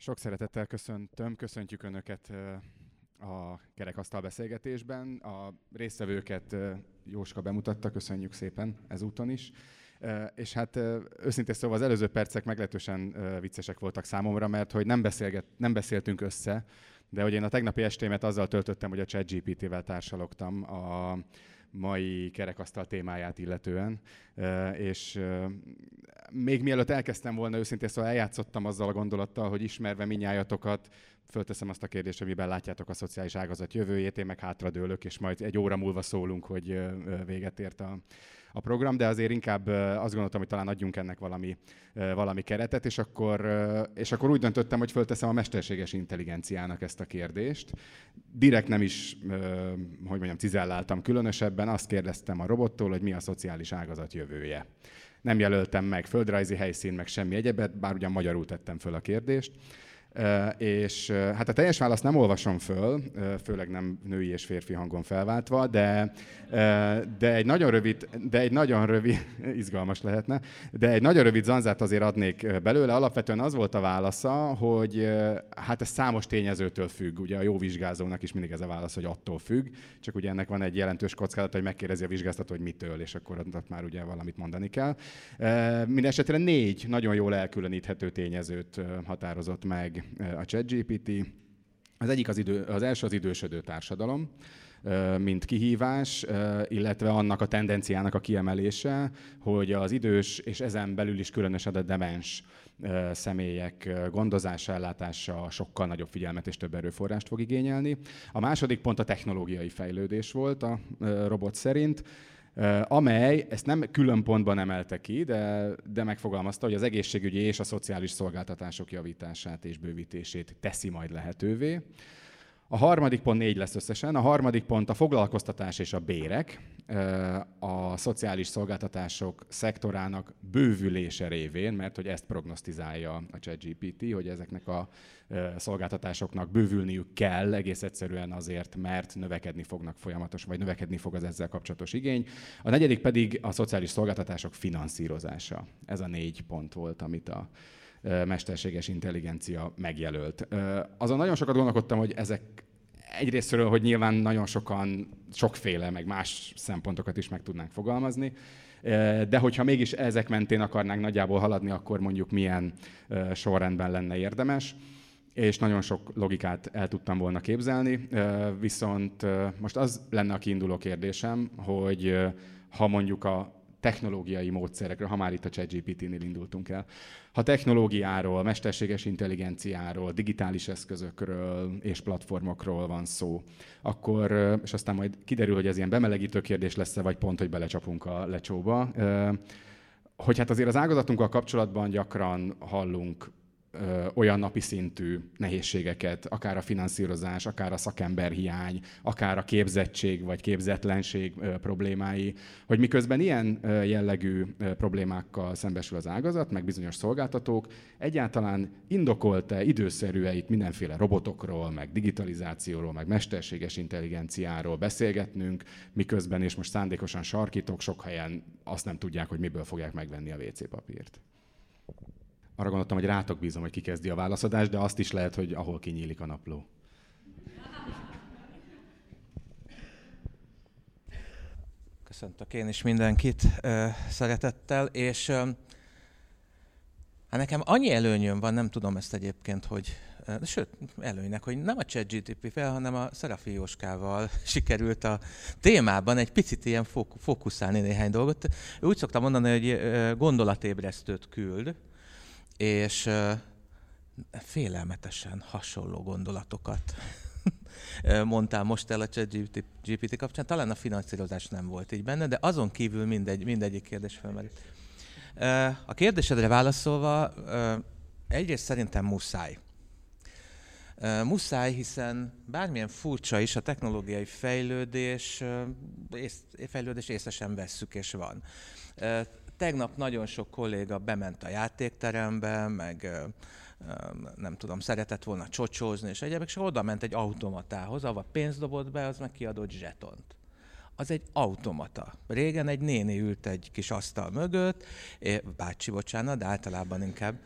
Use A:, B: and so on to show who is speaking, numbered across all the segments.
A: Sok szeretettel köszöntjük Önöket a kerekasztal beszélgetésben. A résztvevőket Jóska bemutatta, köszönjük szépen ezúton is. És hát őszintén szóval az előző percek meglehetősen viccesek voltak számomra, mert hogy nem beszéltünk össze, de hogy én a tegnapi estémet azzal töltöttem, hogy a ChatGPT-vel társalogtam a mai kerekasztal témáját illetően, és még mielőtt elkezdtem volna, őszintén szóval eljátszottam azzal a gondolattal, hogy ismerve mindnyájatokat, fölteszem azt a kérdést, hogy miben látjátok a szociális ágazat jövőjét, én meg hátradőlök, és majd egy óra múlva szólunk, hogy véget ért a program, de azért inkább azt gondoltam, hogy talán adjunk ennek valami keretet, és akkor úgy döntöttem, hogy fölteszem a mesterséges intelligenciának ezt a kérdést. Direkt nem is, cizelláltam különösebben, azt kérdeztem a robottól, hogy mi a szociális ágazat jövője. Nem jelöltem meg földrajzi helyszín, meg semmi egyebet, bár ugyan magyarul tettem föl a kérdést. És hát a teljes választ nem olvasom föl, főleg nem női és férfi hangon felváltva, de egy nagyon rövid, izgalmas lehetne, de egy nagyon rövid zanzát azért adnék belőle. Alapvetően az volt a válasza, hogy hát ez számos tényezőtől függ. Ugye a jó vizsgázónak is mindig ez a válasz, hogy attól függ, csak ugye ennek van egy jelentős kockázata, hogy megkérdezi a vizsgáztató, hogy mitől, és akkor ott már ugye valamit mondani kell. Mindenesetre 4 nagyon jól elkülöníthető tényezőt határozott meg a ChatGPT. Az egyik az első az idősödő társadalom, mint kihívás, illetve annak a tendenciának a kiemelése, hogy az idős és ezen belül is különösen a demens személyek gondozása, ellátása sokkal nagyobb figyelmet és több erőforrást fog igényelni. A második pont a technológiai fejlődés volt a robot szerint, amely ezt nem külön pontban emelte ki, de megfogalmazta, hogy az egészségügyi és a szociális szolgáltatások javítását és bővítését teszi majd lehetővé. A harmadik pont 4 lesz összesen. A harmadik pont a foglalkoztatás és a bérek. A szociális szolgáltatások szektorának bővülése révén, mert hogy ezt prognosztizálja a ChatGPT, hogy ezeknek a szolgáltatásoknak bővülniük kell, egész egyszerűen azért, mert növekedni fognak folyamatosan, vagy növekedni fog az ezzel kapcsolatos igény. A negyedik pedig a szociális szolgáltatások finanszírozása. Ez a 4 pont volt, amit a mesterséges intelligencia megjelölt. Azon nagyon sokat gondolkodtam, hogy ezek egyrésztről, hogy nyilván nagyon sokan, sokféle, meg más szempontokat is meg tudnánk fogalmazni, de hogyha mégis ezek mentén akarnánk nagyjából haladni, akkor mondjuk milyen sorrendben lenne érdemes, és nagyon sok logikát el tudtam volna képzelni, viszont most az lenne a kiinduló kérdésem, hogy ha mondjuk a technológiai módszerekről, ha már itt a ChatGPT-nél indultunk el. Ha technológiáról, mesterséges intelligenciáról, digitális eszközökről és platformokról van szó, akkor, és aztán majd kiderül, hogy ez ilyen bemelegítő kérdés lesz-e, vagy pont, hogy belecsapunk a lecsóba, hogy hát azért az ágazatunkkal kapcsolatban gyakran hallunk olyan napi szintű nehézségeket, akár a finanszírozás, akár a szakemberhiány, akár a képzettség vagy képzetlenség problémái, hogy miközben ilyen jellegű problémákkal szembesül az ágazat, meg bizonyos szolgáltatók, egyáltalán indokolt-e, időszerű-e itt mindenféle robotokról, meg digitalizációról, meg mesterséges intelligenciáról beszélgetnünk, miközben, és most szándékosan sarkítok, sok helyen azt nem tudják, hogy miből fogják megvenni a WC papírt. Arra gondoltam, hogy rátok bízom, hogy ki kezdi a válaszadást, de azt is lehet, hogy ahol kinyílik a napló.
B: Köszöntök én is mindenkit szeretettel, és hát nekem annyi előnyöm van, nem tudom ezt egyébként, hogy sőt, előnynek, hogy nem a ChatGPT-vel, hanem a Szerafi Jóskával sikerült a témában egy picit ilyen fókuszálni néhány dolgot. Úgy szoktam mondani, hogy gondolatébresztőt küld, és félelmetesen hasonló gondolatokat mondtál most el a ChatGPT kapcsán. Talán a finanszírozás nem volt így benne, de azon kívül mindegyik kérdés felmerült. A kérdésedre válaszolva, egyrészt szerintem muszáj. Muszáj, hiszen bármilyen furcsa is, a technológiai fejlődés észre sem vesszük, és van. Tegnap nagyon sok kolléga bement a játékterembe, meg nem tudom, szeretett volna csocsózni, és egyébként és oda ment egy automatához, ahol pénzt dobott be, az meg kiadott zsetont. Az egy automata. Régen egy néni ült egy kis asztal mögött, bácsi, bocsánat, de általában inkább,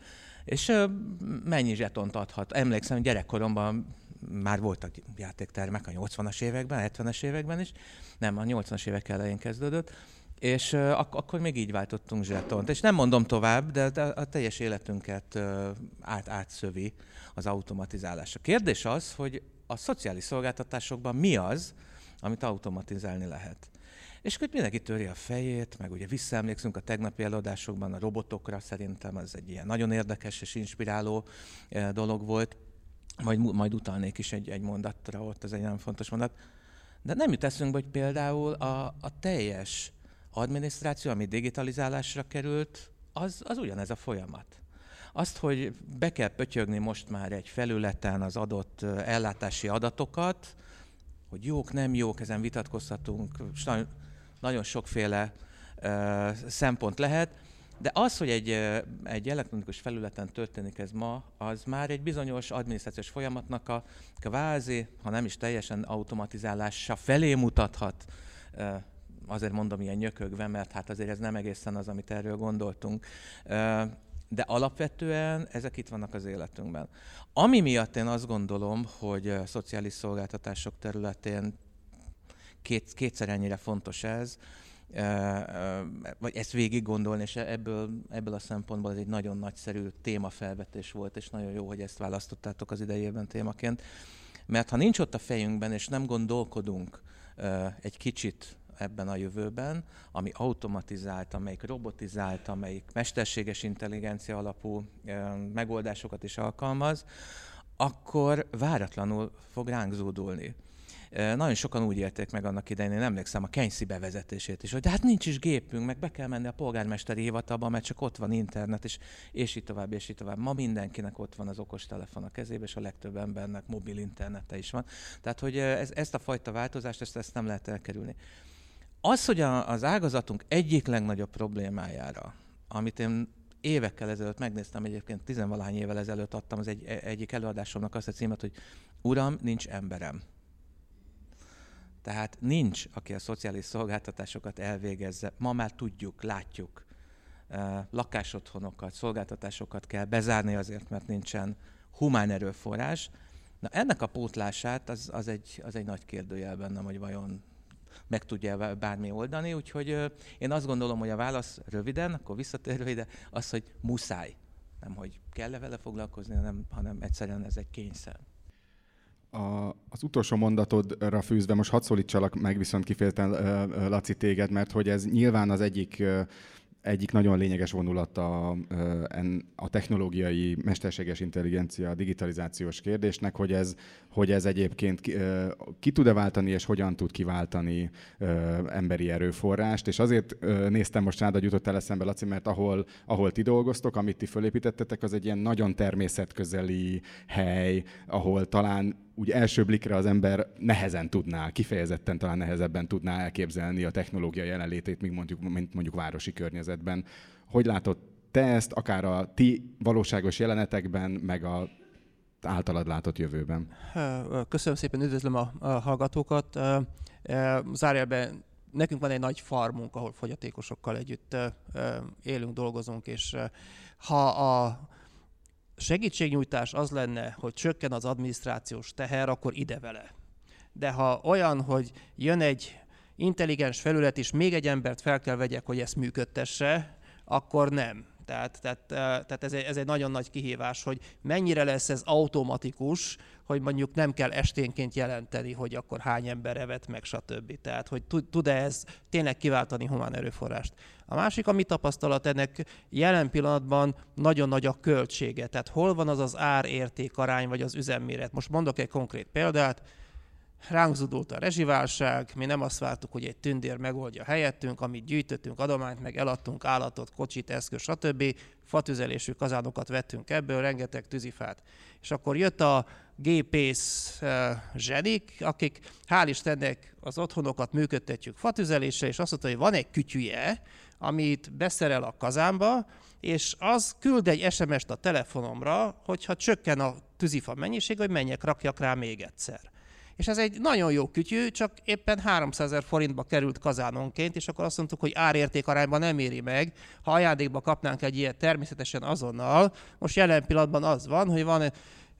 B: És mennyi zsetont adhat? Emlékszem, gyerekkoromban már voltak játéktermek a 80-as években, 70-es években is, nem, a 80-as évek elején kezdődött, és akkor még így váltottunk zsetont. És nem mondom tovább, de a teljes életünket átszövi az automatizálás. A kérdés az, hogy a szociális szolgáltatásokban mi az, amit automatizálni lehet. És akkor mindenki töri a fejét, meg ugye visszaemlékszünk a tegnapi előadásokban a robotokra, szerintem ez egy ilyen nagyon érdekes és inspiráló dolog volt. Majd utalnék is egy mondatra, ott ez egy nagyon fontos mondat. De nem jut eszünkbe, hogy például a teljes adminisztráció, ami digitalizálásra került, az ugyanez a folyamat. Azt, hogy be kell pötyögni most már egy felületen az adott ellátási adatokat, hogy jók, nem jók, ezen vitatkozhatunk, nagyon sokféle szempont lehet, de az, hogy egy elektronikus felületen történik ez ma, az már egy bizonyos adminisztrációs folyamatnak a kvázi, ha nem is teljesen automatizálása felé mutathat. Azért mondom ilyen nyökögve, mert hát azért ez nem egészen az, amit erről gondoltunk. De alapvetően ezek itt vannak az életünkben. Ami miatt én azt gondolom, hogy szociális szolgáltatások területén kétszer ennyire fontos ez, vagy ezt végig gondolni, és ebből a szempontból ez egy nagyon nagyszerű témafelvetés volt, és nagyon jó, hogy ezt választottátok az idejében témaként. Mert ha nincs ott a fejünkben, és nem gondolkodunk egy kicsit ebben a jövőben, ami automatizált, amelyik robotizált, amelyik mesterséges intelligencia alapú megoldásokat is alkalmaz, akkor váratlanul fog ránk zúdulni. Nagyon sokan úgy élték meg annak idején, én emlékszem a Keyneszi bevezetését is, hogy de hát nincs is gépünk, meg be kell menni a polgármesteri hivatalba, mert csak ott van internet, és így tovább, és így tovább. Ma mindenkinek ott van az okostelefon a kezébe, és a legtöbb embernek mobil internete is van. Tehát, hogy ezt a fajta változást, ezt nem lehet elkerülni. Az, hogy az ágazatunk egyik legnagyobb problémájára, amit én évekkel ezelőtt megnéztem, egyébként 10-valahány évvel ezelőtt adtam az egyik előadásomnak azt a címet, hogy Uram, nincs emberem. Tehát nincs, aki a szociális szolgáltatásokat elvégezze. Ma már tudjuk, látjuk, lakásotthonokat, szolgáltatásokat kell bezárni azért, mert nincsen humán erőforrás. Na ennek a pótlását az egy nagy kérdőjel bennem, hogy vajon meg tudja bármi oldani. Úgyhogy én azt gondolom, hogy a válasz röviden, akkor visszatérve ide, az, hogy muszáj. Nem, hogy kell-e vele foglalkozni, hanem egyszerűen ez egy kényszer.
A: Az utolsó mondatodra fűzve most hadd szólítsalak meg viszont kifejezetten, Laci, téged, mert hogy ez nyilván az egyik nagyon lényeges vonulat a technológiai, mesterséges intelligencia, digitalizációs kérdésnek, hogy ez egyébként ki tud-e váltani, és hogyan tud kiváltani emberi erőforrást. És azért néztem most rád, hogy jutott el eszembe, Laci, mert ahol ti dolgoztok, amit ti fölépítettetek, az egy ilyen nagyon természetközeli hely, ahol talán úgy első blikre az ember nehezen tudná, kifejezetten talán nehezebben tudná elképzelni a technológia jelenlétét, mint mondjuk városi környezetben. Hogy látod te ezt, akár a ti valóságos jelenetekben, meg a általad látott jövőben?
C: Köszönöm szépen, üdvözlöm a hallgatókat. Zárójelben nekünk van egy nagy farmunk, ahol fogyatékosokkal együtt élünk, dolgozunk, és ha a segítségnyújtás az lenne, hogy csökken az adminisztrációs teher, akkor ide vele. De ha olyan, hogy jön egy intelligens felület, és még egy embert fel kell vegyek, hogy ezt működtesse, akkor nem. Tehát ez egy nagyon nagy kihívás, hogy mennyire lesz ez automatikus, hogy mondjuk nem kell esténként jelenteni, hogy akkor hány ember evett meg, stb. Tehát, hogy tud-e ez tényleg kiváltani humán erőforrást. A másik, ami tapasztalat, ennek jelen pillanatban nagyon nagy a költsége. Tehát hol van az ár-érték arány, vagy az üzemméret. Most mondok egy konkrét példát. Ránk zúdult a rezsiválság, mi nem azt vártuk, hogy egy tündér megoldja helyettünk, amit gyűjtöttünk, adományt, meg eladtunk állatot, kocsit, eszköz, stb. Fatüzelésű kazánokat vettünk ebből, rengeteg tűzifát. És akkor jött a gépész zsenik, akik hál' Istennek az otthonokat működtetjük fatüzeléssel, és azt mondta, hogy van egy kütyüje, amit beszerel a kazánba, és az küld egy SMS-t a telefonomra, hogyha csökken a tűzifa mennyiség, hogy menjek, rakjak rá még egyszer. és ez egy nagyon jó kütyű, csak éppen 300 000 forintba került kazánonként, és akkor azt mondtuk, hogy árértékarányban nem éri meg. Ha ajándékba kapnánk egy ilyet, természetesen azonnal. Most jelen pillanatban az van, hogy van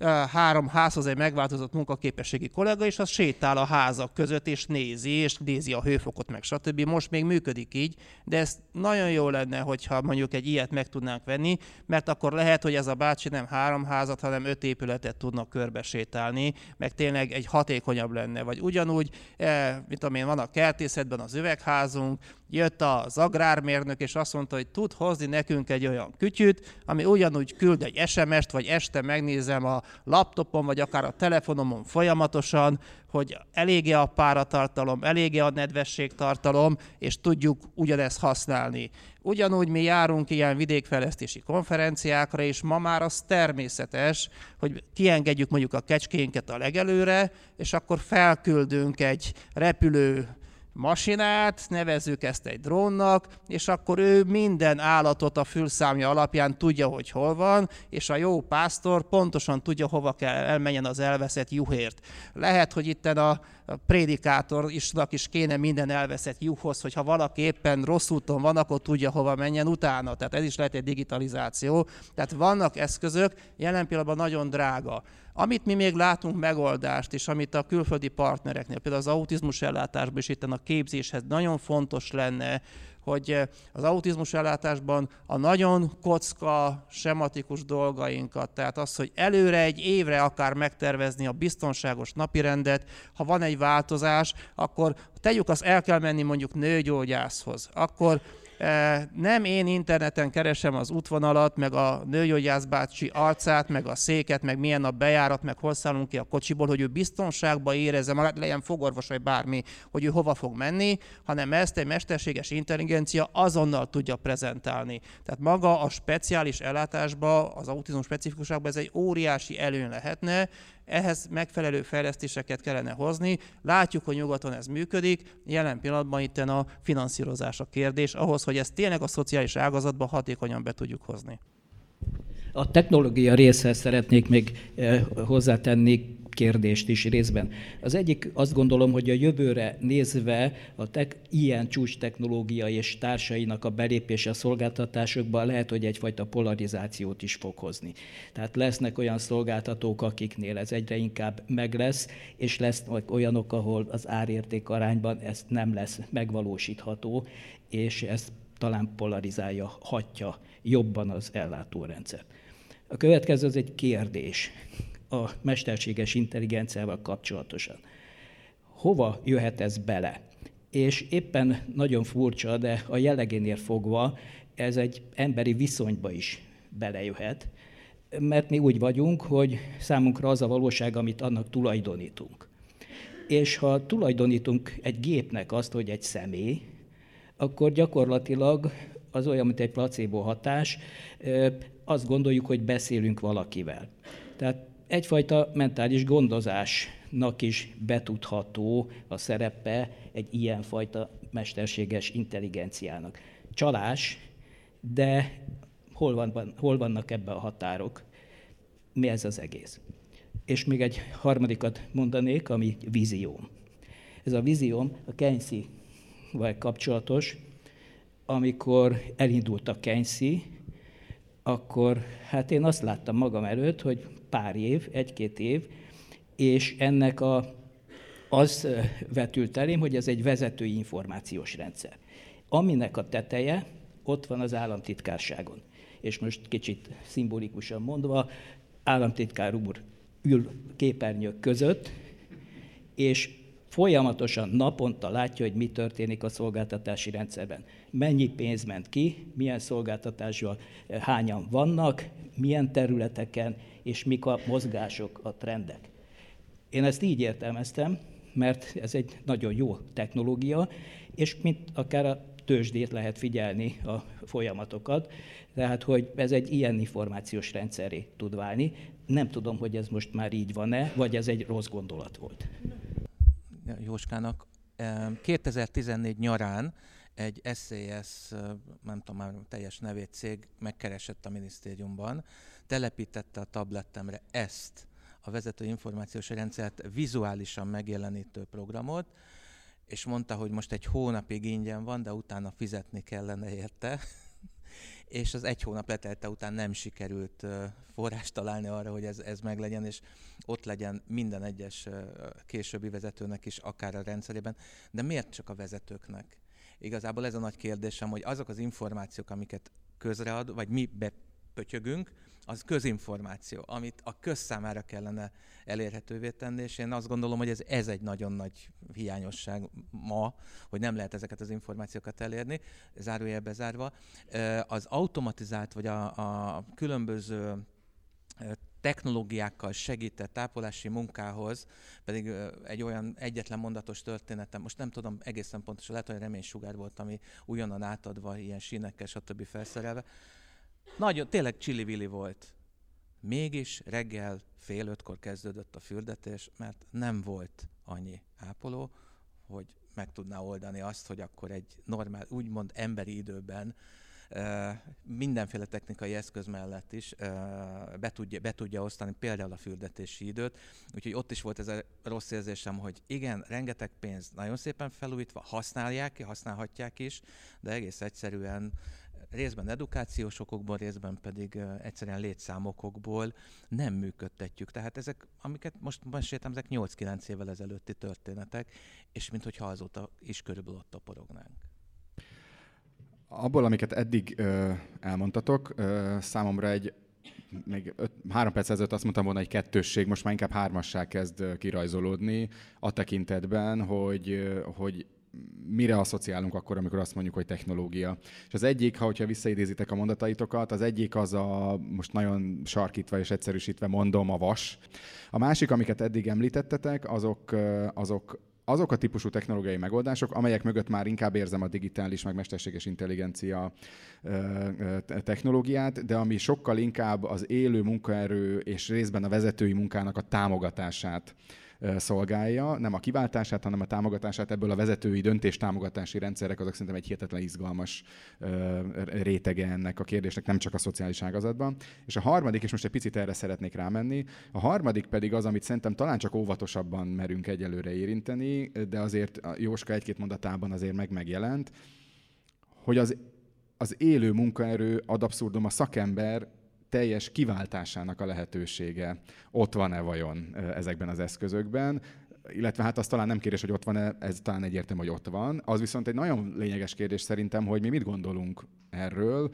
C: 3 házhoz egy megváltozott munkaképességi kollega, és az sétál a házak között, és nézi a hőfokot, meg stb. Most még működik így, de ez nagyon jó lenne, hogyha mondjuk egy ilyet meg tudnánk venni, mert akkor lehet, hogy ez a bácsi nem 3 házat, hanem 5 épületet tudnak körbe sétálni, meg tényleg egy hatékonyabb lenne. Vagy ugyanúgy, mint amilyen van a kertészetben az üvegházunk, jött az agrármérnök, és azt mondta, hogy tud hozni nekünk egy olyan kütyüt, ami ugyanúgy küld egy SMS-t, vagy este megnézem a laptopon, vagy akár a telefonomon folyamatosan, hogy elég-e a páratartalom, elég-e a nedvességtartalom, és tudjuk ugyanezt használni. Ugyanúgy mi járunk ilyen vidékfejlesztési konferenciákra, és ma már az természetes, hogy kiengedjük mondjuk a kecskénket a legelőre, és akkor felküldünk egy repülő masinát, nevezzük ezt egy drónnak, és akkor ő minden állatot a fülszámja alapján tudja, hogy hol van, és a jó pásztor pontosan tudja, hova kell elmenjen az elveszett juhért. Lehet, hogy itten a prédikátornak is kéne minden elveszett juhhoz, hogyha valaki éppen rossz úton van, akkor tudja, hova menjen utána. Tehát ez is lehet egy digitalizáció. Tehát vannak eszközök, jelen pillanatban nagyon drága. Amit mi még látunk megoldást, és amit a külföldi partnereknél, például az autizmus ellátásban is itt a képzéshez nagyon fontos lenne, hogy az autizmus ellátásban a nagyon kocka, sematikus dolgainkat, tehát az, hogy előre egy évre akár megtervezni a biztonságos napirendet, ha van egy változás, akkor tegyük azt, el kell menni mondjuk nőgyógyászhoz, akkor nem én interneten keresem az útvonalat, meg a nőgyógyász bácsi arcát, meg a széket, meg milyen a bejárat, meg hol szállunk ki a kocsiból, hogy ő biztonságban érezze magát, legyen fogorvos vagy bármi, hogy ő hova fog menni, hanem ezt egy mesterséges intelligencia azonnal tudja prezentálni. Tehát maga a speciális ellátásban, az autizmus specifikusságban ez egy óriási előny lehetne, ehhez megfelelő fejlesztéseket kellene hozni. Látjuk, hogy nyugaton ez működik, jelen pillanatban itten a finanszírozás a kérdés, ahhoz, hogy ezt tényleg a szociális ágazatban hatékonyan be tudjuk hozni.
D: A technológia részhez szeretnék még hozzátenni kérdést is részben. Az egyik, azt gondolom, hogy a jövőre nézve ilyen csúcs technológia és társainak a belépése a szolgáltatásokban lehet, hogy egyfajta polarizációt is fog hozni. Tehát lesznek olyan szolgáltatók, akiknél ez egyre inkább meg lesz, és lesznek olyanok, ahol az árérték arányban ez nem lesz megvalósítható, és ez talán polarizálja, hatja jobban az ellátórendszert. A következő az egy kérdés a mesterséges intelligenciával kapcsolatosan. Hova jöhet ez bele? És éppen nagyon furcsa, de a jellegénél fogva ez egy emberi viszonyba is belejöhet, mert mi úgy vagyunk, hogy számunkra az a valóság, amit annak tulajdonítunk. És ha tulajdonítunk egy gépnek azt, hogy egy személy, akkor gyakorlatilag az olyan, mint egy placebo hatás, azt gondoljuk, hogy beszélünk valakivel. Tehát egyfajta mentális gondozásnak is betudható a szerepe egy ilyenfajta mesterséges intelligenciának. Csalás, de hol vannak ebben a határok? Mi ez az egész? És még egy harmadikat mondanék, ami vízióm. Ez a vízióm a Keynesivel kapcsolatos. Amikor elindult a Keynesi, akkor hát én azt láttam magam előtt, hogy pár év, 1-2 év, és ennek az vetült elém, hogy ez egy vezetői információs rendszer, aminek a teteje ott van az államtitkárságon. És most kicsit szimbolikusan mondva, államtitkár úr ül képernyők között, és folyamatosan naponta látja, hogy mi történik a szolgáltatási rendszerben. Mennyi pénz ment ki, milyen szolgáltatásban hányan vannak, milyen területeken, és mik a mozgások, a trendek. Én ezt így értelmeztem, mert ez egy nagyon jó technológia, és mint akár a tőzsdét lehet figyelni a folyamatokat, tehát hogy ez egy ilyen információs rendszerré tud válni. Nem tudom, hogy ez most már így van-e, vagy ez egy rossz gondolat volt.
B: Jóskának 2014 nyarán egy SCS, nem tudom már teljes nevét cég megkeresett a minisztériumban, telepítette a tablettemre ezt a vezető információs rendszert vizuálisan megjelenítő programot, és mondta, hogy most egy hónapig ingyen van, de utána fizetni kellene érte. És az egy hónap letelte után nem sikerült forrást találni arra, hogy ez meglegyen, és ott legyen minden egyes későbbi vezetőnek is, akár a rendszerében. De miért csak a vezetőknek? Igazából ez a nagy kérdésem, hogy azok az információk, amiket közread, vagy mi bepötyögünk, az közinformáció, amit a közszámára kellene elérhetővé tenni, és én azt gondolom, hogy ez egy nagyon nagy hiányosság ma, hogy nem lehet ezeket az információkat elérni, zárójelbe zárva. Az automatizált, vagy a különböző technológiákkal segített tápolási munkához pedig egy olyan egyetlen mondatos történetem, most nem tudom egészen pontosan, lehet, hogy reménysugár volt, ami újonnan átadva, ilyen sínekkel, stb. Felszerelve. Nagyon, tényleg csili-vili volt. Mégis reggel 4:30 kezdődött a fürdetés, mert nem volt annyi ápoló, hogy meg tudná oldani azt, hogy akkor egy normál, úgymond emberi időben mindenféle technikai eszköz mellett is be tudja osztani például a fürdetési időt. Úgyhogy ott is volt ez a rossz érzésem, hogy igen, rengeteg pénz nagyon szépen felújítva, használhatják is, de egész egyszerűen részben edukációs okokból, részben pedig egyszerűen létszámokokból nem működtetjük. Tehát ezek, amiket most meséltem, ezek 8-9 évvel ezelőtti történetek, és minthogyha azóta is körülbelül ott toporognánk.
A: Abból, amiket eddig elmondtatok, számomra még 3 perc ezelőtt azt mondtam volna, egy kettősség, most már inkább 3-assá kezd kirajzolódni a tekintetben, hogy mire asszociálunk akkor, amikor azt mondjuk, hogy technológia. És az egyik, hogyha visszaidézitek a mondataitokat, az egyik az most nagyon sarkítva és egyszerűsítve mondom, a vas. A másik, amiket eddig említettetek, azok a típusú technológiai megoldások, amelyek mögött már inkább érzem a digitális, meg mesterséges intelligencia technológiát, de ami sokkal inkább az élő munkaerő és részben a vezetői munkának a támogatását szolgálja, nem a kiváltását, hanem a támogatását. Ebből a vezetői döntéstámogatási rendszerek azok szerintem egy hihetetlen izgalmas rétege ennek a kérdésnek, nem csak a szociális ágazatban. És a harmadik, és most egy picit erre szeretnék rámenni, a harmadik pedig az, amit szerintem talán csak óvatosabban merünk egyelőre érinteni, de azért a Jóska egy-két mondatában azért megjelent, hogy az élő munkaerő ad abszurdum a szakember teljes kiváltásának a lehetősége ott van-e vajon ezekben az eszközökben, illetve hát az talán nem kérdés, hogy ott van-e, ez talán egyértelmű, hogy ott van. Az viszont egy nagyon lényeges kérdés szerintem, hogy mi mit gondolunk erről.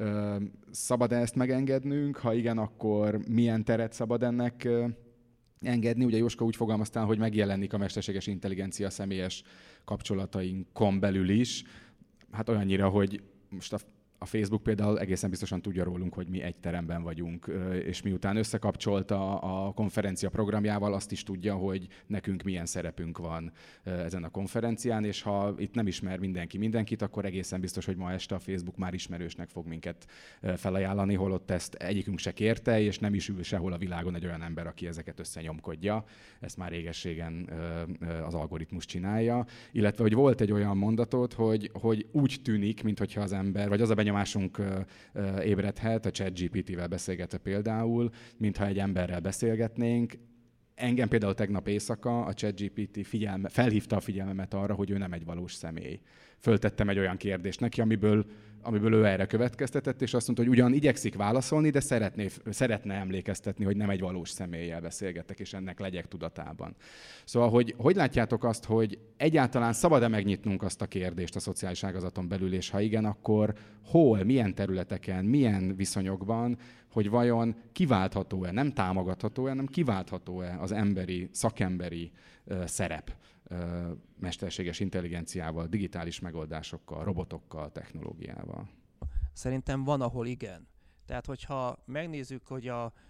A: Szabad-e ezt megengednünk? Ha igen, akkor milyen teret szabad ennek engedni? Ugye Jóska úgy fogalmaztál, hogy megjelenik a mesterséges intelligencia személyes kapcsolatainkon belül is. Hát olyannyira, hogy most a Facebook például egészen biztosan tudja rólunk, hogy mi egy teremben vagyunk, és miután összekapcsolta a konferencia programjával, azt is tudja, hogy nekünk milyen szerepünk van ezen a konferencián, és ha itt nem ismer mindenki mindenkit, akkor egészen biztos, hogy ma este a Facebook már ismerősnek fog minket felajánlani, holott ezt egyikünk se kérte, és nem is ül sehol a világon egy olyan ember, aki ezeket összenyomkodja. Ezt már régességen az algoritmus csinálja. Illetve, hogy volt egy olyan mondatot, hogy úgy tűnik, mintha az ember, vagy az a benyomásunk ébredhet, a ChatGPT-vel beszélgetve például, mintha egy emberrel beszélgetnénk. Engem például tegnap éjszaka a ChatGPT felhívta a figyelmemet arra, hogy ő nem egy valós személy. Föltettem egy olyan kérdést neki, amiből ő erre következtetett, és azt mondta, hogy ugyan igyekszik válaszolni, de szeretne emlékeztetni, hogy nem egy valós személlyel beszélgetek, és ennek legyek tudatában. Szóval, hogy látjátok azt, hogy egyáltalán szabad-e megnyitnunk azt a kérdést a szociális ágazaton belül, és ha igen, akkor hol, milyen területeken, milyen viszonyokban, hogy vajon kiváltható-e, nem támogatható-e, hanem kiváltható-e az emberi, szakemberi szerep mesterséges intelligenciával, digitális megoldásokkal, robotokkal, technológiával?
C: Szerintem van, ahol igen. Tehát, hogyha megnézzük, hogy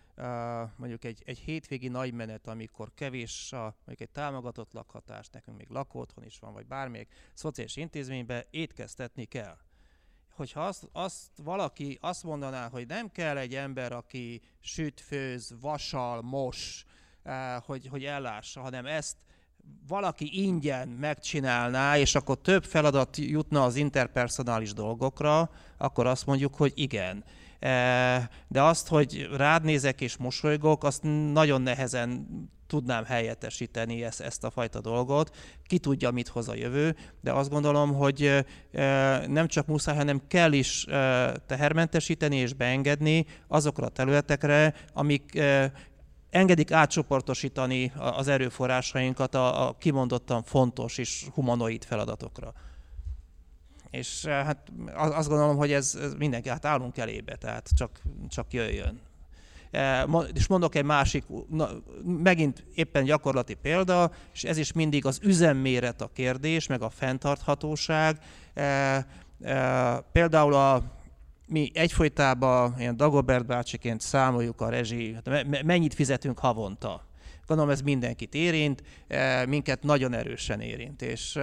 C: mondjuk egy hétvégi nagymenet, amikor kevés mondjuk egy támogatott lakhatás, nekünk még lakóotthon is van, vagy bármelyik szociális intézményben étkeztetni kell. Hogyha valaki azt mondaná, hogy nem kell egy ember, aki süt, főz, vasal, mos, hogy ellássa, hanem ezt valaki ingyen megcsinálná, és akkor több feladat jutna az interpersonális dolgokra, akkor azt mondjuk, hogy igen. De azt, hogy rád nézek és mosolygok, azt nagyon nehezen tudnám helyettesíteni ezt a fajta dolgot. Ki tudja, mit hoz a jövő, de azt gondolom, hogy nem csak muszáj, hanem kell is tehermentesíteni és beengedni azokra a területekre, amik engedik átcsoportosítani az erőforrásainkat a kimondottan fontos és humanoid feladatokra. És hát azt gondolom, hogy ez mindenki, hát állunk elébe, tehát csak jöjjön. És mondok egy másik, megint éppen gyakorlati példa, és ez is mindig az üzemméret a kérdés, meg a fenntarthatóság. Például mi egyfolytában ilyen Dagobert bácsiként számoljuk a rezsi, mennyit fizetünk havonta. Gondolom ez mindenkit érint, minket nagyon erősen érint, és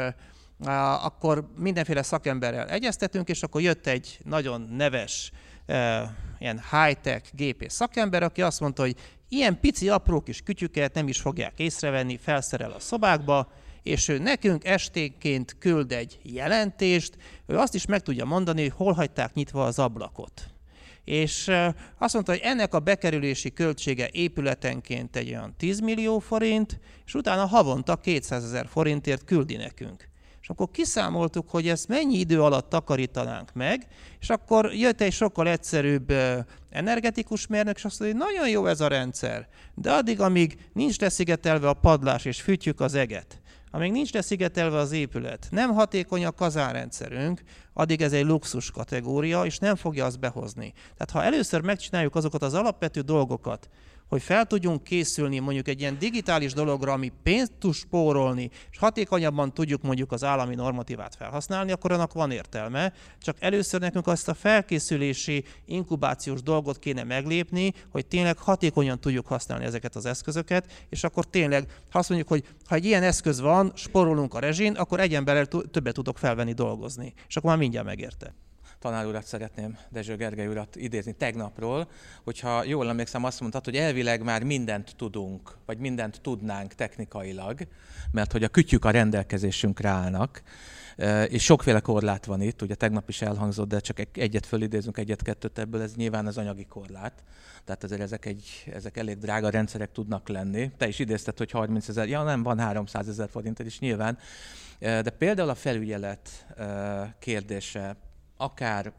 C: akkor mindenféle szakemberrel egyeztetünk, és akkor jött egy nagyon neves, ilyen high-tech gépész szakember, aki azt mondta, hogy ilyen pici, apró kis kütyüket nem is fogják észrevenni, felszerel a szobákba, és ő nekünk esténként küld egy jelentést, ő azt is meg tudja mondani, hogy hol hagyták nyitva az ablakot. És azt mondta, hogy ennek a bekerülési költsége épületenként egy olyan 10 millió forint, és utána havonta 200 000 forintért küldi nekünk. És akkor kiszámoltuk, hogy ezt mennyi idő alatt takarítanánk meg, és akkor jött egy sokkal egyszerűbb energetikus mérnök, és azt mondja, hogy nagyon jó ez a rendszer, de addig, amíg nincs leszigetelve a padlás, és fűtjük az eget, amíg nincs leszigetelve az épület, nem hatékony a kazánrendszerünk, addig ez egy luxus kategória, és nem fogja azt behozni. Tehát ha először megcsináljuk azokat az alapvető dolgokat, hogy fel tudjunk készülni mondjuk egy ilyen digitális dologra, ami pénzt tud spórolni, és hatékonyabban tudjuk mondjuk az állami normatívát felhasználni, akkor annak van értelme. Csak először nekünk azt a felkészülési, inkubációs dolgot kéne meglépni, hogy tényleg hatékonyan tudjuk használni ezeket az eszközöket, és akkor tényleg, ha azt mondjuk, hogy ha egy ilyen eszköz van, spórolunk a rezsin, akkor egy emberrel többet tudok felvenni dolgozni. És akkor már mindjárt megérte.
B: Tanár urat szeretném, Dezső Gergely urat idézni tegnapról, hogyha jól emlékszem, azt mondtad, hogy elvileg már mindent tudunk, vagy mindent tudnánk technikailag, mert hogy a kütyük a rendelkezésünkre állnak, és sokféle korlát van itt, ugye tegnap is elhangzott, de csak egyet fölidézünk, egyet-kettőt ebből, ez nyilván az anyagi korlát. Tehát azért ezek elég drága rendszerek tudnak lenni. Te is idézted, hogy 30 000, ja nem, van 300 000 forintod is nyilván. De például a felügyelet kérdése, akár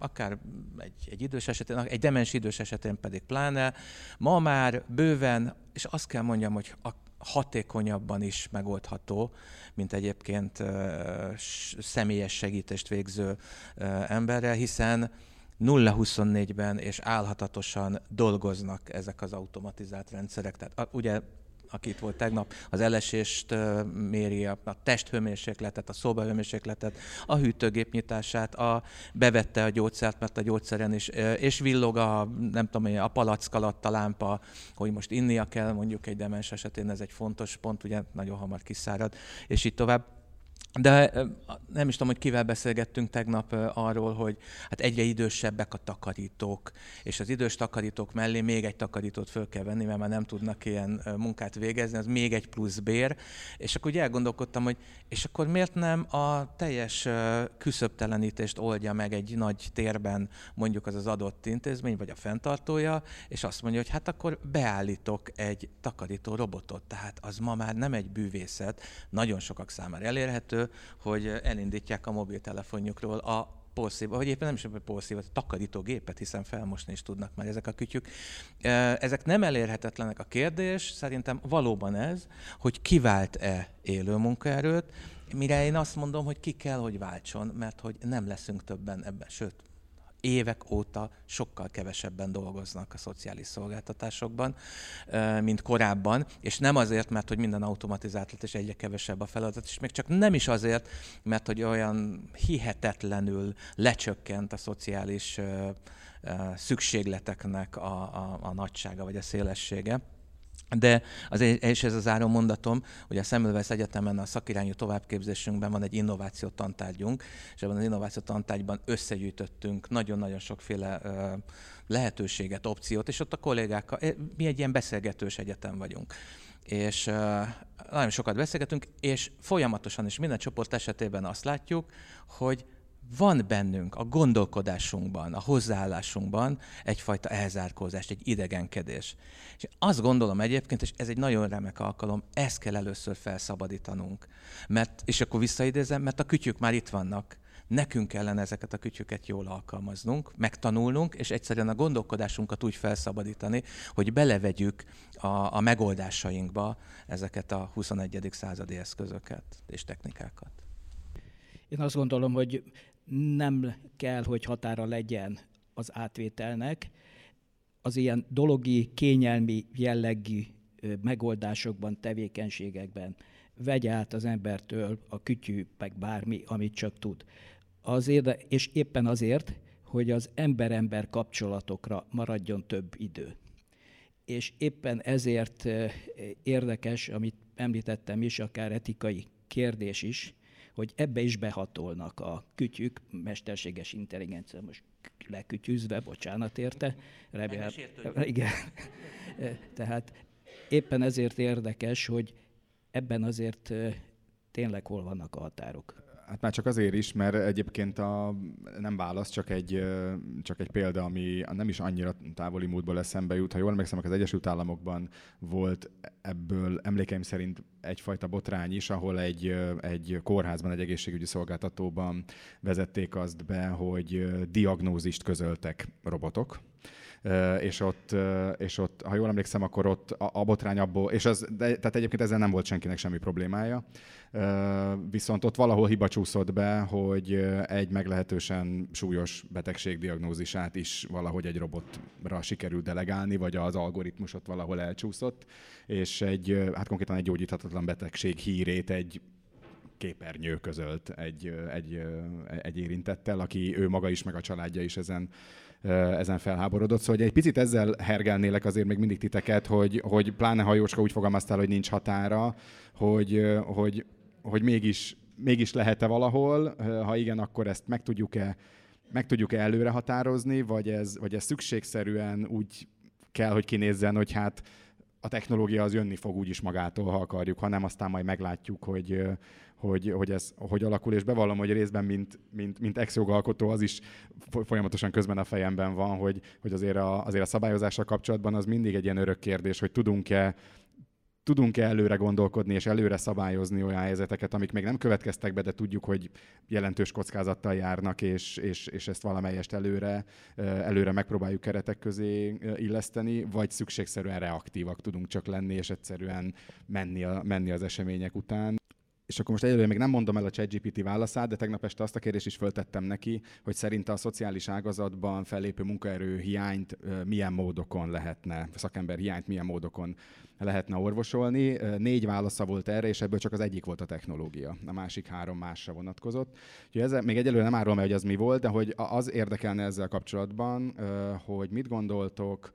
B: egy idős esetén, egy demens idős esetén pedig pláne, ma már bőven, és azt kell mondjam, hogy hatékonyabban is megoldható, mint egyébként személyes segítést végző emberrel, hiszen 0-24-ben és állhatatosan dolgoznak ezek az automatizált rendszerek. Tehát ugye, aki itt volt tegnap, az elesést méri, a testhőmérsékletet, a szobahőmérsékletet, a hűtőgép nyitását, bevette a gyógyszert, mert a gyógyszeren is, és villog nem tudom, a palack alatt a lámpa, hogy most innia kell, mondjuk egy demens esetén ez egy fontos pont, ugye nagyon hamar kiszárad, és így tovább. De nem is tudom, hogy kivel beszélgettünk tegnap arról, hogy hát egyre idősebbek a takarítók, és az idős takarítók mellé még egy takarítót föl kell venni, mert már nem tudnak ilyen munkát végezni, az még egy plusz bér. És akkor ugye elgondolkodtam, hogy és akkor miért nem a teljes küszöbtelenítést oldja meg egy nagy térben mondjuk az adott intézmény, vagy a fenntartója, és azt mondja, hogy hát akkor beállítok egy takarító robotot. Tehát az ma már nem egy bűvészet, nagyon sokak számára elérhető, hogy elindítják a mobiltelefonjukról a porszívót, vagy éppen nem is a porszívót, a takarítógépet, hiszen felmosni is tudnak már ezek a kütyük. Ezek nem elérhetetlenek. A kérdés szerintem valóban ez, hogy kivált-e élő munkaerőt, mire én azt mondom, hogy ki kell, hogy váltson, mert hogy nem leszünk többen ebben, sőt, évek óta sokkal kevesebben dolgoznak a szociális szolgáltatásokban, mint korábban, és nem azért, mert hogy minden automatizált lett, és egyre kevesebb a feladat, és még csak nem is azért, mert hogy olyan hihetetlenül lecsökkent a szociális szükségleteknek a nagysága vagy a szélessége. De és ez az záró mondatom, hogy a Semmelweis Egyetemen a szakirányú továbbképzésünkben van egy innováció tantárgyunk, és ebben az innováció tantárgyban összegyűjtöttünk nagyon-nagyon sokféle lehetőséget, opciót, és ott a kollégákkal, mi egy ilyen beszélgetős egyetem vagyunk. És nagyon sokat beszélgetünk, és folyamatosan is minden csoport esetében azt látjuk, hogy van bennünk a gondolkodásunkban, a hozzáállásunkban egyfajta elzárkózás, egy idegenkedés. És azt gondolom egyébként, és ez egy nagyon remek alkalom, ezt kell először felszabadítanunk. És akkor visszaidézem, mert a kütyük már itt vannak. Nekünk kellene ezeket a kütyüket jól megtanulnunk, és egyszerűen a gondolkodásunkat úgy felszabadítani, hogy belevegyük a megoldásainkba ezeket a 21. századi eszközöket és technikákat.
D: Én azt gondolom, hogy nem kell, hogy határa legyen az átvételnek. Az ilyen dologi, kényelmi jellegű megoldásokban, tevékenységekben vegye át az embertől a kütyű, meg bármi, amit csak tud. És éppen azért, hogy az ember-ember kapcsolatokra maradjon több idő. És éppen ezért érdekes, amit említettem is, akár etikai kérdés is, hogy ebbe is behatolnak a kütyük, mesterséges intelligencia, most lekütyűzve, bocsánat érte. Igen. Tehát éppen ezért érdekes, hogy ebben azért tényleg hol vannak a határok.
A: Hát már csak azért is, mert egyébként nem válasz, csak egy példa, ami nem is annyira távoli múltból eszembe jut. Ha jól emlékszem, az Egyesült Államokban volt ebből emlékeim szerint egyfajta botrány is, ahol egy kórházban, egy egészségügyi szolgáltatóban vezették azt be, hogy diagnózist közöltek robotok. És ott, ha jól emlékszem, akkor ott a botrány abból, tehát egyébként ezzel nem volt senkinek semmi problémája, viszont ott valahol hiba csúszott be, hogy egy meglehetősen súlyos betegség diagnózisát is valahogy egy robotra sikerült delegálni, vagy az algoritmus ott valahol elcsúszott, és konkrétan egy gyógyíthatatlan betegség hírét egy képernyő közölt egy érintettel, aki ő maga is, meg a családja is ezen felháborodott. Szóval egy picit ezzel hergelnélek azért még mindig titeket, hogy pláne ha Jóska úgy fogalmaztál, hogy nincs határa, hogy mégis lehet-e valahol, ha igen, akkor ezt meg tudjuk-e előre határozni, vagy ez szükségszerűen úgy kell, hogy kinézzen, hogy hát a technológia az jönni fog úgyis magától, ha akarjuk, ha nem, aztán majd meglátjuk, hogy ez hogy alakul, és bevallom, hogy részben, mint ex-jogalkotó, az is folyamatosan közben a fejemben van, hogy azért a szabályozással kapcsolatban az mindig egy ilyen örök kérdés, hogy tudunk-e előre gondolkodni és előre szabályozni olyan helyzeteket, amik még nem következtek be, de tudjuk, hogy jelentős kockázattal járnak, és ezt valamelyest előre megpróbáljuk keretek közé illeszteni, vagy szükségszerűen reaktívak tudunk csak lenni, és egyszerűen menni az események után. És akkor most egyelőre még nem mondom el a ChatGPT válaszát, de tegnap este azt a kérdést is föltettem neki, hogy szerinte a szociális ágazatban fellépő munkaerő hiányt milyen módokon lehetne, szakember hiányt milyen módokon lehetne orvosolni. 4 válasza volt erre, és ebből csak az egyik volt a technológia. A másik 3 másra vonatkozott. Úgyhogy ezzel még egyelőre nem árulom el, hogy az mi volt, de hogy az érdekelne ezzel kapcsolatban, hogy mit gondoltok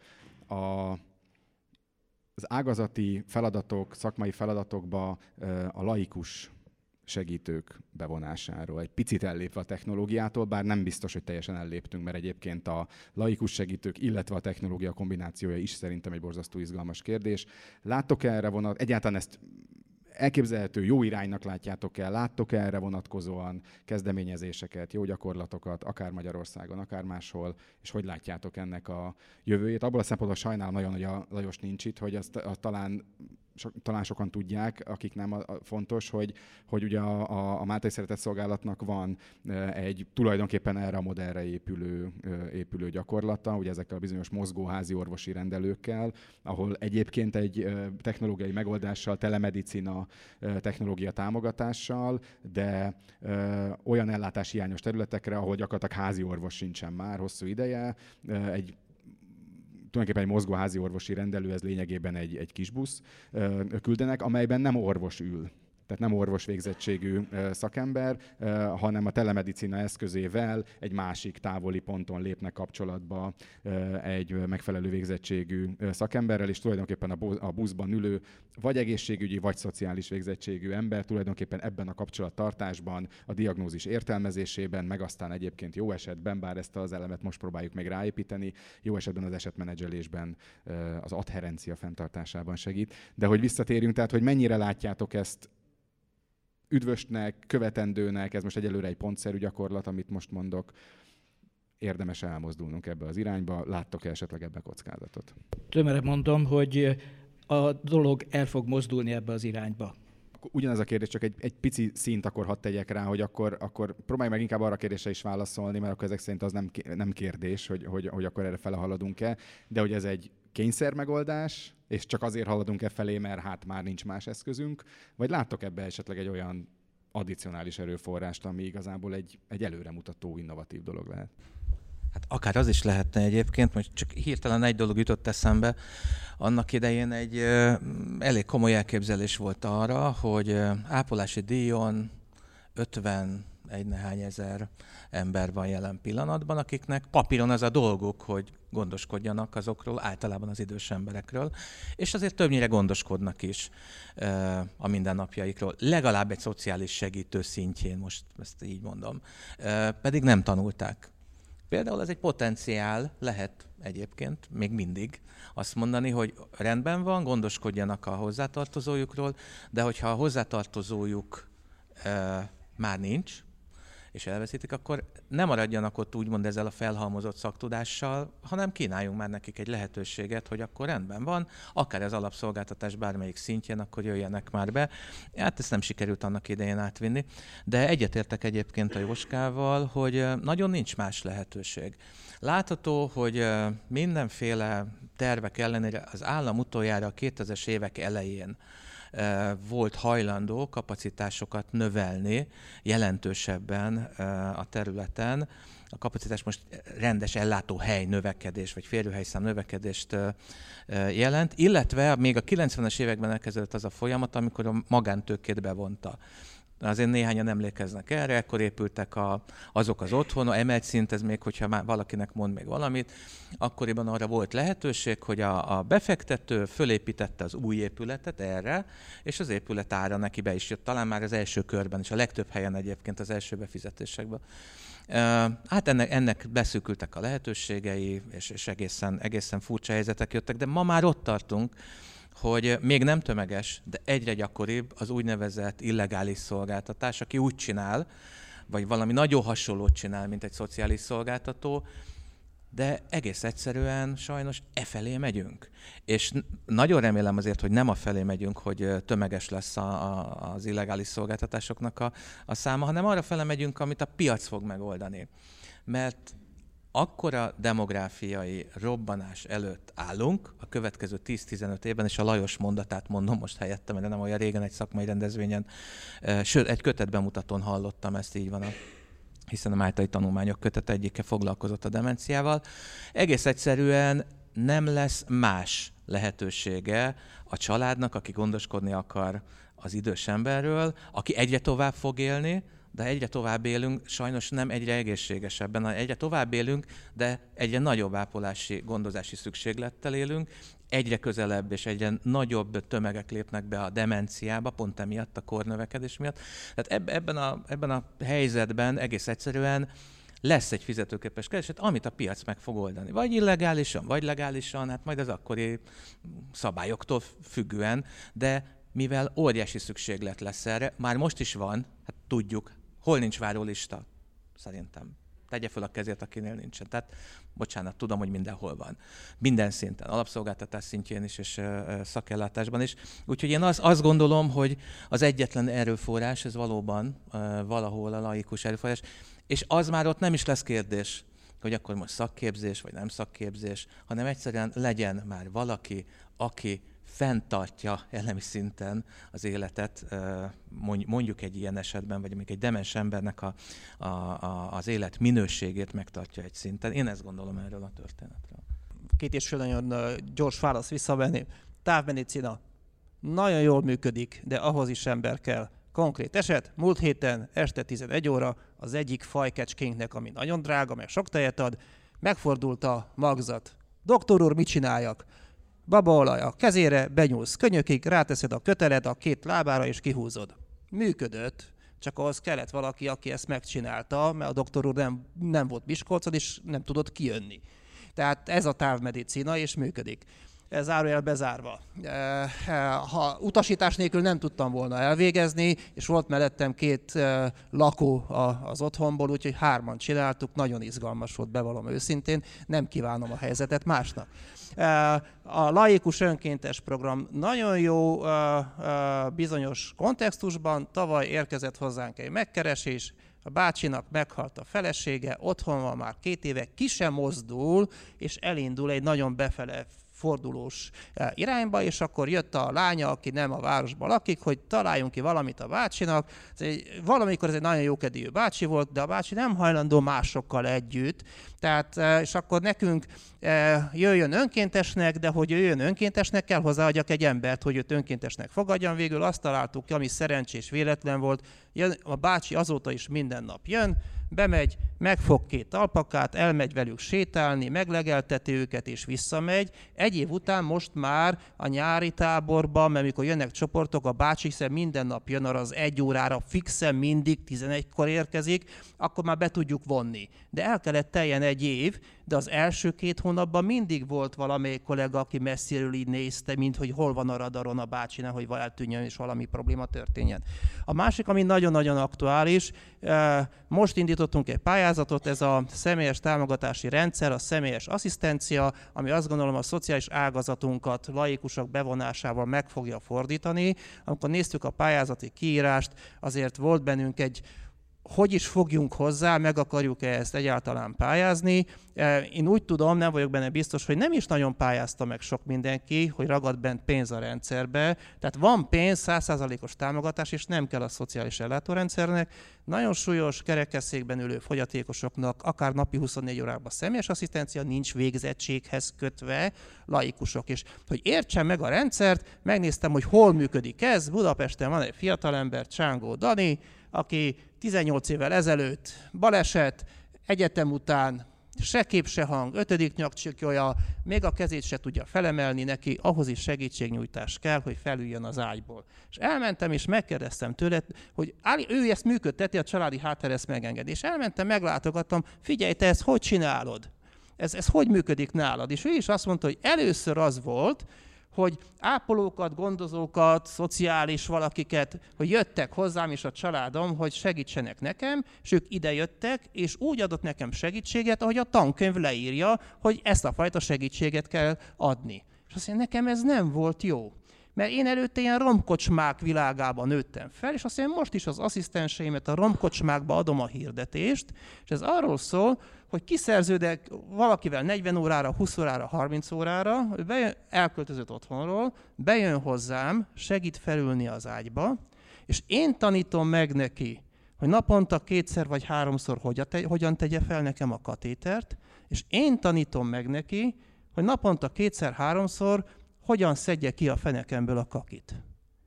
A: az ágazati feladatok, szakmai feladatokba a laikus segítők bevonásáról. Egy picit ellépve a technológiától, bár nem biztos, hogy teljesen elléptünk, mert egyébként a laikus segítők, illetve a technológia kombinációja is szerintem egy borzasztó izgalmas kérdés. Láttok erre egyáltalán ezt elképzelhető jó iránynak látjátok el, láttok erre vonatkozóan kezdeményezéseket, jó gyakorlatokat, akár Magyarországon, akár máshol, és hogy látjátok ennek a jövőjét? Abból a szempontból sajnálom nagyon, hogy a Lajos nincs itt, hogy azt talán sokan tudják, akik nem fontos, hogy ugye a Máltai Szeretett Szolgálatnak van egy tulajdonképpen erre a modellre épülő gyakorlata, ugye ezekkel a bizonyos mozgóházi orvosi rendelőkkel, ahol egyébként egy technológiai megoldással, telemedicina technológia támogatással, de olyan ellátási hiányos területekre, ahol gyakorlatilag házi orvos sincsen már hosszú ideje, tulajdonképpen egy mozgóházi orvosi rendelő, ez lényegében egy kis busz küldenek, amelyben nem orvos ül. Tehát nem orvos végzettségű szakember, hanem a telemedicina eszközével egy másik távoli ponton lépnek kapcsolatba egy megfelelő végzettségű szakemberrel, és tulajdonképpen a buszban ülő vagy egészségügyi, vagy szociális végzettségű ember tulajdonképpen ebben a kapcsolattartásban, a diagnózis értelmezésében, meg aztán egyébként jó esetben, bár ezt az elemet most próbáljuk még ráépíteni, jó esetben az esetmenedzselésben, az adherencia fenntartásában segít. De hogy visszatérjünk, tehát hogy mennyire látjátok ezt üdvösnek, követendőnek, ez most egyelőre egy pontszerű gyakorlat, amit most mondok, érdemes elmozdulnunk ebbe az irányba, láttok-e esetleg ebbe kockázatot?
D: Tömöre mondom, hogy a dolog el fog mozdulni ebbe az irányba.
A: Ugyanez a kérdés, csak egy pici szint akkor hadd tegyek rá, hogy akkor próbálj meg inkább arra a kérdésre is válaszolni, mert akkor ezek szerint az nem kérdés, hogy akkor erre fele haladunk-e, de hogy ez egy kényszer megoldás, és csak azért haladunk felé, mert hát már nincs más eszközünk, vagy láttok ebbe esetleg egy olyan addicionális erőforrást, ami igazából egy előremutató, innovatív dolog lehet?
B: Hát akár az is lehetne egyébként, most csak hirtelen egy dolog jutott eszembe. Annak idején egy elég komoly elképzelés volt arra, hogy ápolási díjon 51 nehány ezer ember van jelen pillanatban, akiknek papíron az a dolguk, hogy gondoskodjanak azokról, általában az idős emberekről, és azért többnyire gondoskodnak is a mindennapjaikról. Legalább egy szociális segítő szintjén, most ezt így mondom, pedig nem tanulták. Például ez egy potenciál lehet egyébként még mindig azt mondani, hogy rendben van, gondoskodjanak a hozzátartozójukról, de hogyha a hozzátartozójuk már nincs, és elveszítik, akkor ne maradjanak ott úgymond ezzel a felhalmozott szaktudással, hanem kínáljunk már nekik egy lehetőséget, hogy akkor rendben van, akár az alapszolgáltatás bármelyik szintjén, akkor jöjjenek már be. Hát ezt nem sikerült annak idején átvinni, de egyetértek egyébként a Jóskával, hogy nagyon nincs más lehetőség. Látható, hogy mindenféle tervek ellenére az állam utoljára a 2000-es évek elején volt hajlandó kapacitásokat növelni jelentősebben a területen. A kapacitás most rendes ellátóhely növekedés, vagy férőhelyszám növekedést jelent, illetve még a 90-es években elkezdődött az a folyamat, amikor a magántőkét bevonta. Azért néhányan emlékeznek erre, ekkor épültek azok az otthonok, emelt szint, ez még, hogyha már valakinek mond még valamit, akkoriban arra volt lehetőség, hogy a befektető fölépítette az új épületet erre, és az épület ára neki be is jött, talán már az első körben is, a legtöbb helyen egyébként az első befizetésekben. Hát ennek beszűkültek a lehetőségei, és egészen furcsa helyzetek jöttek, de ma már ott tartunk, hogy még nem tömeges, de egyre gyakoribb az úgynevezett illegális szolgáltatás, aki úgy csinál, vagy valami nagyon hasonlót csinál, mint egy szociális szolgáltató, de egész egyszerűen sajnos efelé megyünk. És nagyon remélem azért, hogy nem afelé megyünk, hogy tömeges lesz az illegális szolgáltatásoknak a száma, hanem arra fele megyünk, amit a piac fog megoldani. Mert akkora demográfiai robbanás előtt állunk a következő 10-15 évben, és a Lajos mondatát mondom most helyette, mert nem olyan régen egy szakmai rendezvényen, sőt, egy kötetbemutatón hallottam, ezt így van, hiszen a Máltai Tanulmányok kötet egyike foglalkozott a demenciával. Egész egyszerűen nem lesz más lehetősége a családnak, aki gondoskodni akar az idős emberről, aki egyre tovább fog élni, de egyre tovább élünk, sajnos nem egyre egészségesebben, hanem egyre tovább élünk, de egyre nagyobb ápolási, gondozási szükséglettel élünk, egyre közelebb és egyre nagyobb tömegek lépnek be a demenciába, pont emiatt, a kornövekedés miatt. Tehát ebben a helyzetben egész egyszerűen lesz egy fizetőképes kereset, amit a piac meg fog oldani. Vagy illegálisan, vagy legálisan, hát majd az akkori szabályoktól függően, de mivel óriási szükséglet lesz erre, már most is van, hát tudjuk, hol nincs várólista? Szerintem. Tegye fel a kezét, akinél nincsen. Tehát, bocsánat, tudom, hogy mindenhol van. Minden szinten, alapszolgáltatás szintjén is, és szakellátásban is. Úgyhogy én azt gondolom, hogy az egyetlen erőforrás, ez valóban valahol a laikus erőforrás, és az már ott nem is lesz kérdés, hogy akkor most szakképzés, vagy nem szakképzés, hanem egyszerűen legyen már valaki, aki fenntartja elemi szinten az életet, mondjuk egy ilyen esetben, vagy még egy demens embernek az élet minőségét megtartja egy szinten. Én ezt gondolom erről a történetről.
C: 2,5 nagyon gyors válasz visszavenni. Távmedicina nagyon jól működik, de ahhoz is ember kell. Konkrét eset, múlt héten este 11 óra az egyik fajkecskénknek, ami nagyon drága, mert sok tejet ad, megfordult a magzat. Doktor úr, mit csináljak? Babaolaj a kezére, benyúlsz könyökig, ráteszed a kötelet a két lábára és kihúzod. Működött, csak ahhoz kellett valaki, aki ezt megcsinálta, mert a doktor úr nem volt Miskolcon, és nem tudott kijönni. Tehát ez a távmedicina, és működik. zárójel bezárva. Ha utasítás nélkül nem tudtam volna elvégezni, és volt mellettem 2 lakó az otthonból, úgyhogy 3-an csináltuk, nagyon izgalmas volt, bevallom őszintén, nem kívánom a helyzetet másnak. A laikus önkéntes program nagyon jó bizonyos kontextusban, tavaly érkezett hozzánk egy megkeresés, a bácsinak meghalt a felesége, otthon van már 2 éve, ki sem mozdul, és elindul egy nagyon befele fordulós irányba, és akkor jött a lánya, aki nem a városban lakik, hogy találjunk ki valamit a bácsinak. Valamikor ez egy nagyon jókedélyű bácsi volt, de a bácsi nem hajlandó másokkal együtt. Tehát, és akkor nekünk jöjjön önkéntesnek, de hogy jöjjön önkéntesnek, kell hozzáadjak egy embert, hogy őt önkéntesnek fogadjan. Végül azt találtuk ki, ami szerencsés véletlen volt. A bácsi azóta is minden nap jön, bemegy, megfog 2 alpakát, elmegy velük sétálni, meglegelteti őket és visszamegy. Egy év után most már a nyári táborban, mert mikor jönnek csoportok, a bácsi hiszen minden nap jön arra az 1 órára, fixen mindig 11-kor érkezik, akkor már be tudjuk vonni. De el kellett teljen 1 év, de az első 2 hónapban mindig volt valamelyik kollega, aki messziről így nézte, mint hogy hol van a radaron a bácsi, nehogy eltűnjön és valami probléma történjen. A másik, ami nagyon-nagyon aktuális, most indítottunk egy pályázatot, ez a személyes támogatási rendszer, a személyes asszisztencia, ami azt gondolom a szociális ágazatunkat laikusok bevonásával meg fogja fordítani. Amikor néztük a pályázati kiírást, azért volt bennünk egy hogy is fogjunk hozzá, meg akarjuk-e ezt egyáltalán pályázni. Én úgy tudom, nem vagyok benne biztos, hogy nem is nagyon pályázta meg sok mindenki, hogy ragad bent pénz a rendszerbe. Tehát van pénz, 100%-os támogatás, és nem kell a szociális ellátórendszernek. Nagyon súlyos kerekesszékben ülő fogyatékosoknak akár napi 24 órában személyes asszisztencia, nincs végzettséghez kötve, laikusok. És hogy értsem meg a rendszert, megnéztem, hogy hol működik ez. Budapesten van egy fiatalember, Csángó Dani, aki 18 évvel ezelőtt baleset, egyetem után se kép, se hang, 5. nyakcsikója, még a kezét se tudja felemelni neki, ahhoz is segítségnyújtás kell, hogy felüljön az ágyból. És elmentem és megkérdeztem tőle, hogy ő ezt működteti, a családi háttér ezt megengedi. És elmentem, meglátogattam, figyelj, te ezt hogy csinálod? Ez hogy működik nálad? És ő is azt mondta, hogy először az volt, hogy ápolókat, gondozókat, szociális valakiket, hogy jöttek hozzám és a családom, hogy segítsenek nekem, és ők ide jöttek, és úgy adott nekem segítséget, ahogy a tankönyv leírja, hogy ezt a fajta segítséget kell adni. És azt mondja, nekem ez nem volt jó. Mert én előtte ilyen romkocsmák világában nőttem fel, és azt mondja, most is az asszisztenseimet a romkocsmákba adom a hirdetést, és ez arról szól, hogy kiszerződek valakivel 40 órára, 20 órára, 30 órára, elköltözött otthonról, bejön hozzám, segít felülni az ágyba, és én tanítom meg neki, hogy naponta 2-szer vagy 3-szor hogyan tegye fel nekem a katétert, és én tanítom meg neki, hogy naponta 2-szer, 3-szor hogyan szedje ki a fenekemből a kakit.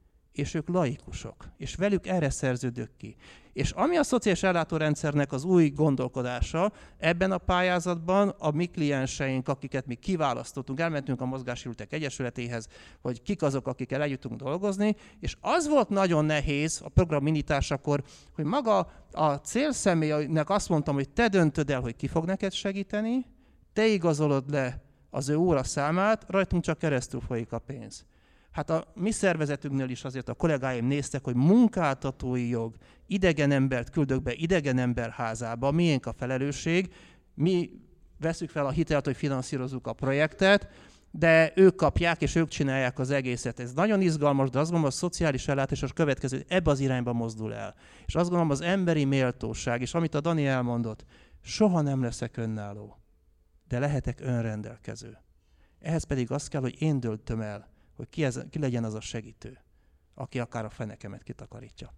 C: És ők laikusok, és velük erre szerződök ki. És ami a szociális ellátórendszernek az új gondolkodása, ebben a pályázatban a mi klienseink, akiket mi kiválasztottunk, elmentünk a Mozgássérültek Egyesületéhez, hogy kik azok, akikkel együtt tudunk dolgozni, és az volt nagyon nehéz a program indításakor, hogy maga a célszemélynek azt mondtam, hogy te döntöd el, hogy ki fog neked segíteni, te igazolod le az ő óra számát, rajtunk csak keresztül folyik a pénz. Hát a mi szervezetünknél is azért a kollégáim néztek, hogy munkáltatói jog, idegen embert küldök be idegen ember házába, miénk a felelősség, mi veszük fel a hitelt, hogy finanszírozzuk a projektet, de ők kapják és ők csinálják az egészet. Ez nagyon izgalmas, de azt gondolom, a szociális ellátás a következő, ebbe az irányba mozdul el. És azt gondolom, az emberi méltóság, és amit a Dani elmondott, soha nem leszek önálló, de lehetek önrendelkező. Ehhez pedig az kell, hogy én döntöm el, hogy ki legyen az a segítő, aki akár a fenekemet kitakarítja.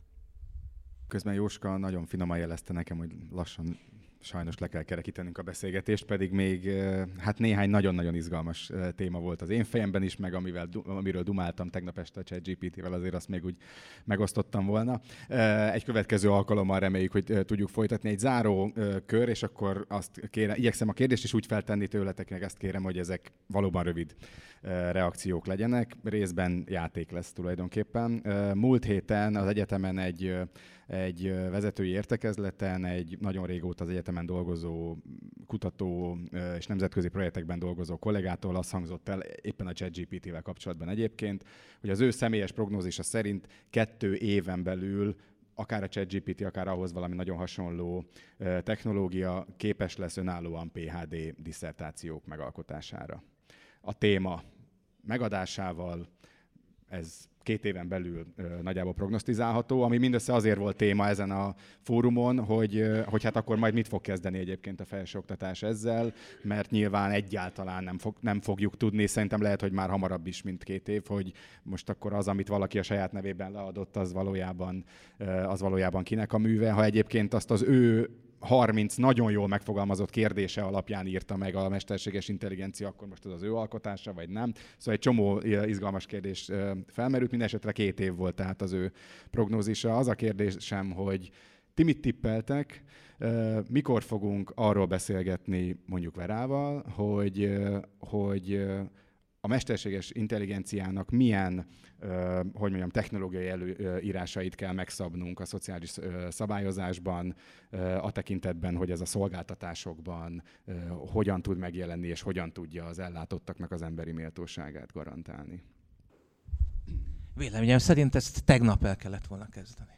A: Közben Jóska nagyon finoman jelezte nekem, hogy lassan sajnos le kell kerekítenünk a beszélgetést, pedig még hát néhány nagyon-nagyon izgalmas téma volt az én fejemben is, meg amiről dumáltam tegnap este a ChatGPT-vel, azért azt még úgy megosztottam volna. Egy következő alkalommal reméljük, hogy tudjuk folytatni egy záró kör, és akkor azt kérem, igyekszem a kérdést is úgy feltenni tőletek, ezt kérem, hogy ezek valóban rövid reakciók legyenek. Részben játék lesz tulajdonképpen. Múlt héten az egyetemen egy vezetői értekezleten egy nagyon régóta az egyetem egyetemen dolgozó kutató és nemzetközi projektekben dolgozó kollégától azt hangzott el éppen a ChatGPT-vel kapcsolatban egyébként, hogy az ő személyes prognózisa szerint 2 éven belül akár a ChatGPT, akár ahhoz valami nagyon hasonló technológia képes lesz önállóan PhD disszertációk megalkotására. A téma megadásával ez 2 éven belül nagyjából prognosztizálható, ami mindössze azért volt téma ezen a fórumon, hogy hát akkor majd mit fog kezdeni egyébként a felsőoktatás ezzel, mert nyilván egyáltalán nem fogjuk tudni, szerintem lehet, hogy már hamarabb is, mint 2 év, hogy most akkor az, amit valaki a saját nevében leadott, az valójában kinek a műve, ha egyébként azt az ő 30 nagyon jól megfogalmazott kérdése alapján írta meg a mesterséges intelligencia, akkor most az ő alkotása, vagy nem. Szóval egy csomó izgalmas kérdés felmerült, minden esetre 2 év volt tehát az ő prognózisa. Az a kérdésem, hogy ti mit tippeltek, mikor fogunk arról beszélgetni mondjuk Verával, hogy a mesterséges intelligenciának milyen, technológiai előírásait kell megszabnunk a szociális szabályozásban, a tekintetben, hogy ez a szolgáltatásokban hogyan tud megjelenni, és hogyan tudja az ellátottaknak az emberi méltóságát garantálni.
B: Véleményem szerint ezt tegnap el kellett volna kezdeni.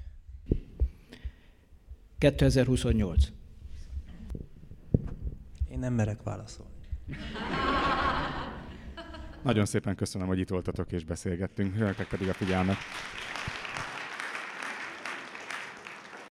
D: 2028.
C: Én nem merek válaszolni.
A: Nagyon szépen köszönöm, hogy itt voltatok és beszélgettünk. Önöknek pedig a figyelmet.